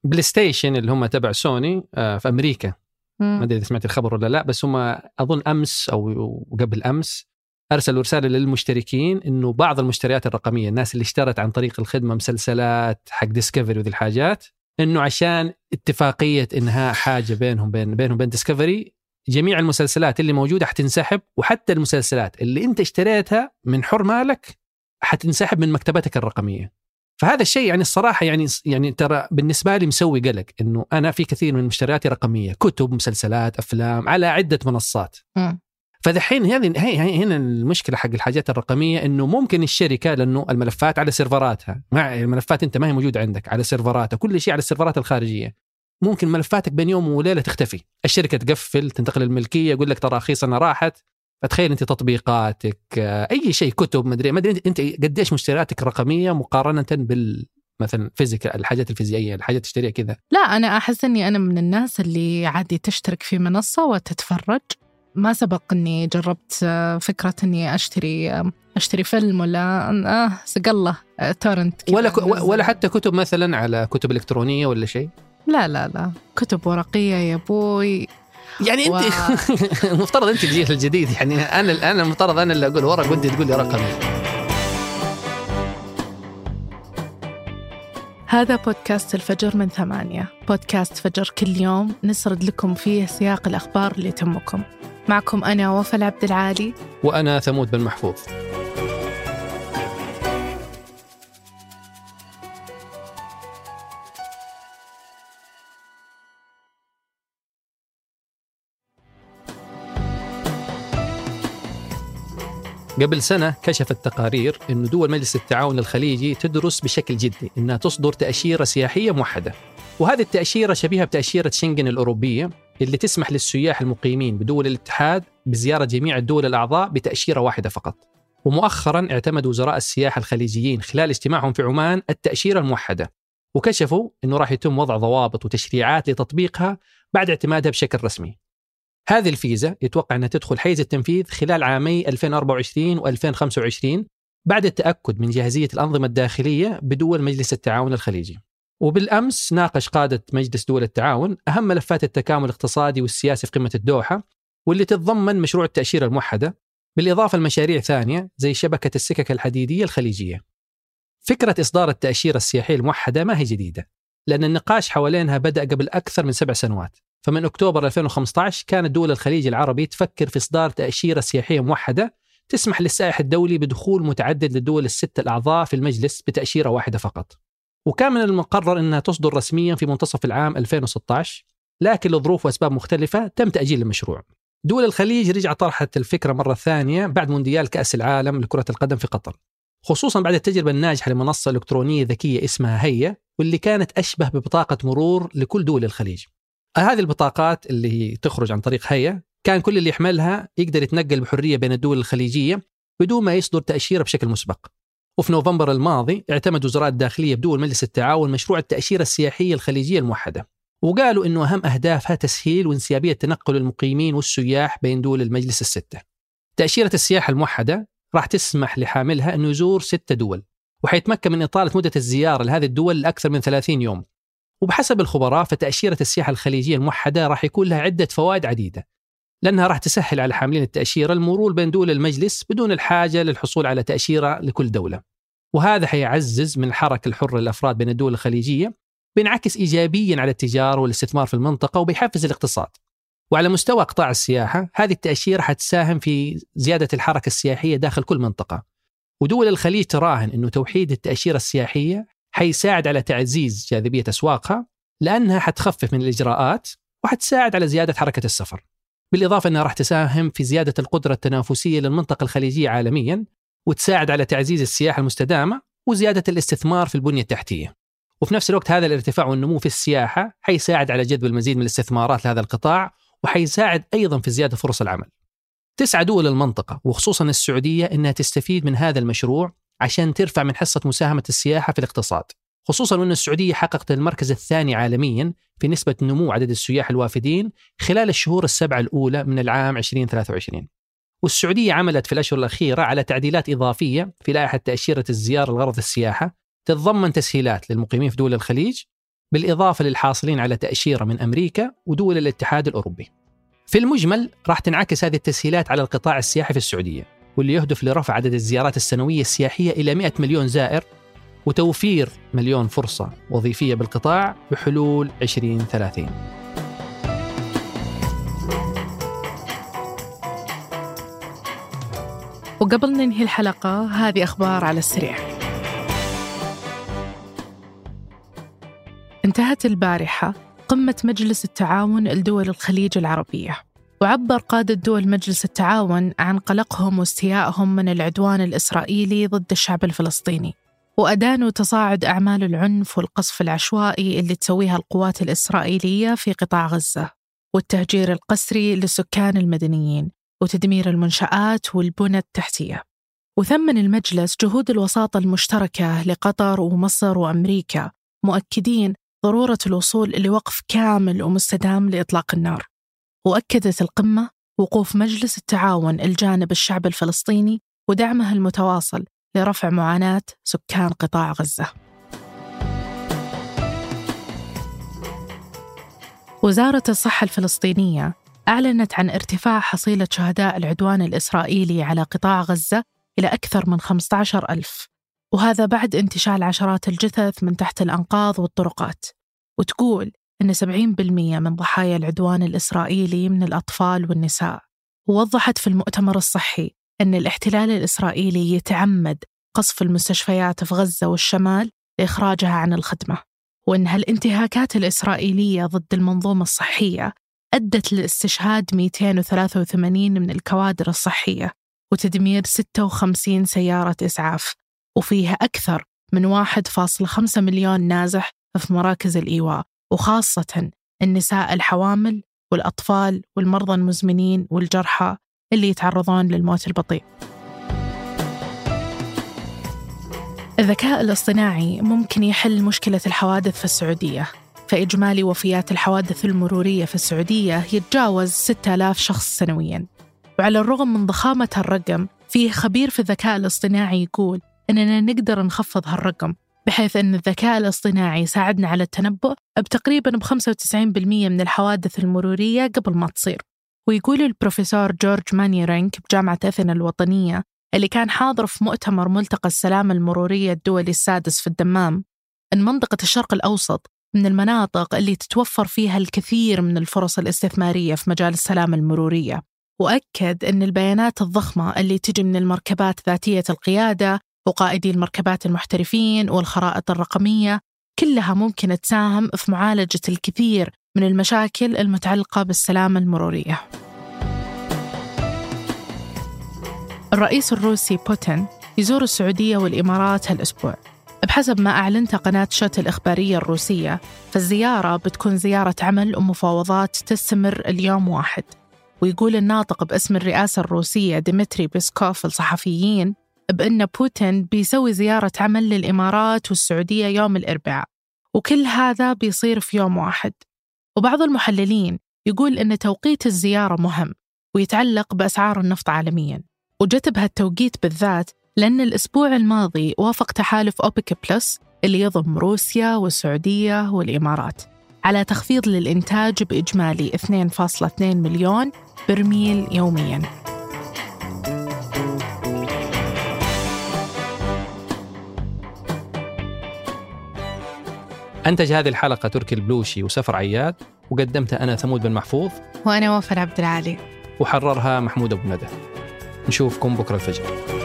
بلاي ستيشن اللي هم تبع سوني في أمريكا، ما أدري إذا سمعت الخبر ولا لا، بس هم أظن أمس أو قبل أمس أرسلوا رسالة للمشتركين إنه بعض المشتريات الرقمية، الناس اللي اشترت عن طريق الخدمة مسلسلات حق ديسكفري وذي الحاجات، إنه عشان اتفاقية إنهاء حاجة بينهم وبين ديسكفري، جميع المسلسلات اللي موجودة حتنسحب، وحتى المسلسلات اللي أنت اشتريتها من حر مالك حتنسحب من مكتبتك الرقمية. فهذا الشيء يعني الصراحة يعني ترى بالنسبة لي مسوي قلق، إنه أنا في كثير من مشترياتي رقمية، كتب، مسلسلات، أفلام، على عدة منصات. فذحين هنا المشكلة حق الحاجات الرقمية، إنه ممكن الشركة، لأنه الملفات على سيرفراتها، مع الملفات أنت ما هي موجودة عندك على سيرفراتها، كل شيء على السيرفرات الخارجية، ممكن ملفاتك بين يوم وليلة تختفي، الشركة تقفل، تنتقل الملكية، يقول لك تراخيص أنا راحت. فتخيل أنت تطبيقاتك، أي شيء، كتب، ما أدري أنت قديش مشترياتك رقمية مقارنة مثلا فيزيكال، الحاجات الفيزيائية، الحاجات تشتريها كذا. لا، أنا أحس أني أنا من الناس اللي عادي تشترك في منصة وتتفرج. ما سبق أني جربت فكرة أني أشتري فيلم ولا سقله تورنت ولا حتى كتب مثلا على كتب إلكترونية ولا شيء. لا كتب ورقية يا بوي. يعني أنت مفترض أنت الجيل الجديد، يعني أنا مفترض أنا اللي أقول ورق وأنت تقول لي رقمي. هذا بودكاست الفجر من 8، بودكاست فجر كل يوم نسرد لكم فيه سياق الأخبار اللي تهمكم. معكم أنا وفاء عبد العالي، وأنا ثمود بن محفوظ. قبل سنة كشفت تقارير أن دول مجلس التعاون الخليجي تدرس بشكل جدي أنها تصدر تأشيرة سياحية موحدة، وهذه التأشيرة شبيهة بتأشيرة شنغن الأوروبية اللي تسمح للسياح المقيمين بدول الاتحاد بزيارة جميع الدول الأعضاء بتأشيرة واحدة فقط. ومؤخرا اعتمد وزراء السياحة الخليجيين خلال اجتماعهم في عمان التأشيرة الموحدة، وكشفوا أنه راح يتم وضع ضوابط وتشريعات لتطبيقها بعد اعتمادها بشكل رسمي. هذه الفيزا يتوقع أنها تدخل حيز التنفيذ خلال عامي 2024 و2025 بعد التأكد من جاهزية الأنظمة الداخلية بدول مجلس التعاون الخليجي. وبالأمس ناقش قادة مجلس دول التعاون أهم ملفات التكامل الاقتصادي والسياسي في قمة الدوحة، واللي تتضمن مشروع التأشيرة الموحدة، بالإضافة لمشاريع ثانية زي شبكة السكك الحديدية الخليجية. فكرة إصدار التأشيرة السياحية الموحدة ما هي جديدة، لأن النقاش حوالينها بدأ قبل أكثر من 7 سنوات. فمن أكتوبر 2015 كانت دول الخليج العربي تفكر في إصدار تأشيرة سياحية موحدة تسمح للسائح الدولي بدخول متعدد للدول ال6 الأعضاء في المجلس بتأشيرة واحدة فقط. وكان من المقرر أنها تصدر رسميا في منتصف العام 2016، لكن لظروف وأسباب مختلفة تم تأجيل المشروع. دول الخليج رجع طرحت الفكرة مرة ثانية بعد مونديال كأس العالم لكرة القدم في قطر، خصوصا بعد التجربة الناجحة لمنصة إلكترونية ذكية اسمها هيا، واللي كانت أشبه ببطاقة مرور لكل دول الخليج. هذه البطاقات اللي هي تخرج عن طريق هيا كان كل اللي يحملها يقدر يتنقل بحرية بين الدول الخليجية بدون ما يصدر تأشيرة بشكل مسبق. وفي نوفمبر الماضي اعتمد وزراء الداخلية بدول مجلس التعاون مشروع التأشيرة السياحية الخليجية الموحدة، وقالوا إنه أهم أهدافها تسهيل وانسيابية تنقل المقيمين والسياح بين دول المجلس ال6. تأشيرة السياحة الموحدة راح تسمح لحاملها أنه يزور 6 دول، وحيتمكن من إطالة مدة الزيارة لهذه الدول لأكثر من 30 يوم. وبحسب الخبراء فتأشيرة السياحة الخليجية الموحدة راح يكون لها عدة فوائد عديدة، لأنها راح تسهل على حاملين التأشيرة المرور بين دول المجلس بدون الحاجة للحصول على تأشيرة لكل دولة، وهذا حيعزز من الحركة الحرة للأفراد بين الدول الخليجية، بينعكس إيجابيا على التجارة والاستثمار في المنطقة وبيحفز الاقتصاد. وعلى مستوى قطاع السياحة هذه التأشيرة حتساهم في زيادة الحركة السياحية داخل كل منطقة، ودول الخليج تراهن أنه توحيد التأشيرة السياحية حيساعد على تعزيز جاذبية أسواقها، لأنها حتخفف من الإجراءات وحتساعد على زيادة حركة السفر، بالإضافة أنها راح تساهم في زيادة القدرة التنافسية للمنطقة الخليجية عالميا، وتساعد على تعزيز السياحة المستدامة وزيادة الاستثمار في البنية التحتية. وفي نفس الوقت هذا الارتفاع والنمو في السياحة حيساعد على جذب المزيد من الاستثمارات لهذا القطاع، وحيساعد أيضا في زيادة فرص العمل. 9 دول المنطقة وخصوصا السعودية إنها تستفيد من هذا المشروع عشان ترفع من حصة مساهمة السياحة في الاقتصاد، خصوصا أن السعودية حققت المركز الثاني عالميا في نسبة نمو عدد السياح الوافدين خلال الشهور ال7 الأولى من العام 2023. والسعودية عملت في الأشهر الأخيرة على تعديلات إضافية في لائحة تأشيرة الزيارة لغرض السياحة تتضمن تسهيلات للمقيمين في دول الخليج، بالإضافة للحاصلين على تأشيرة من أمريكا ودول الاتحاد الأوروبي. في المجمل راح تنعكس هذه التسهيلات على القطاع السياحي في السعودية، واللي يهدف لرفع عدد الزيارات السنوية السياحية إلى 100 مليون زائر، وتوفير 1,000,000 فرصة وظيفية بالقطاع بحلول 2030. وقبل ننهي الحلقة هذه أخبار على السريع. انتهت البارحة قمة مجلس التعاون لدول الخليج العربية، وعبر قادة دول مجلس التعاون عن قلقهم واستيائهم من العدوان الإسرائيلي ضد الشعب الفلسطيني، وأدانوا تصاعد أعمال العنف والقصف العشوائي اللي تسويها القوات الإسرائيلية في قطاع غزة، والتهجير القسري للسكان المدنيين، وتدمير المنشآت والبنى التحتية. وثمن المجلس جهود الوساطة المشتركة لقطر ومصر وأمريكا، مؤكدين ضرورة الوصول لوقف كامل ومستدام لإطلاق النار. وأكدت القمة وقوف مجلس التعاون الجانب الشعب الفلسطيني ودعمه المتواصل لرفع معاناة سكان قطاع غزة. وزارة الصحة الفلسطينية أعلنت عن ارتفاع حصيلة شهداء العدوان الإسرائيلي على قطاع غزة إلى أكثر من 15,000، وهذا بعد انتشال عشرات الجثث من تحت الأنقاض والطرقات. وتقول أن 70% من ضحايا العدوان الإسرائيلي من الأطفال والنساء. ووضحت في المؤتمر الصحي أن الاحتلال الإسرائيلي يتعمد قصف المستشفيات في غزة والشمال لإخراجها عن الخدمة، وأن هالانتهاكات الإسرائيلية ضد المنظومة الصحية أدت لاستشهاد 283 من الكوادر الصحية وتدمير 56 سيارة إسعاف، وفيها أكثر من 1.5 مليون نازح في مراكز الإيواء، وخاصة النساء الحوامل والأطفال والمرضى المزمنين والجرحى اللي يتعرضون للموت البطيء. الذكاء الاصطناعي ممكن يحل مشكلة الحوادث في السعودية، فإجمالي وفيات الحوادث المرورية في السعودية يتجاوز 6,000 شخص سنوياً. وعلى الرغم من ضخامة هالرقم، فيه خبير في الذكاء الاصطناعي يقول أننا نقدر نخفض هالرقم، بحيث أن الذكاء الاصطناعي يساعدنا على التنبؤ بتقريباً 95% من الحوادث المرورية قبل ما تصير. ويقول البروفيسور جورج مانيرينك بجامعة أثينا الوطنية، اللي كان حاضر في مؤتمر ملتقى السلامة المرورية الدولي السادس في الدمام، أن منطقة الشرق الأوسط من المناطق اللي تتوفر فيها الكثير من الفرص الاستثمارية في مجال السلامة المرورية. وأكد أن البيانات الضخمة اللي تجي من المركبات ذاتية القيادة وقائدي المركبات المحترفين والخرائط الرقمية كلها ممكن تساهم في معالجة الكثير من المشاكل المتعلقة بالسلامة المرورية. الرئيس الروسي بوتين يزور السعودية والإمارات هالأسبوع. بحسب ما أعلنت قناة شوت الإخبارية الروسية، فالزيارة بتكون زيارة عمل ومفاوضات تستمر اليوم واحد. ويقول الناطق باسم الرئاسة الروسية ديمتري بيسكوف الصحفيين بأن بوتين بيسوي زيارة عمل للإمارات والسعودية يوم الأربعاء، وكل هذا بيصير في يوم واحد. وبعض المحللين يقول أن توقيت الزيارة مهم ويتعلق بأسعار النفط عالمياً، وجت بهالتوقيت بالذات لأن الأسبوع الماضي وافق تحالف أوبك بلس اللي يضم روسيا والسعودية والإمارات على تخفيض للإنتاج بإجمالي 2.2 مليون برميل يومياً. أنتج هذه الحلقة تركي البلوشي وسفر عياد، وقدمتها أنا ثمود بن محفوظ، وأنا وفر عبد العالي، وحررها محمود أبو ندى. نشوفكم بكرة الفجر.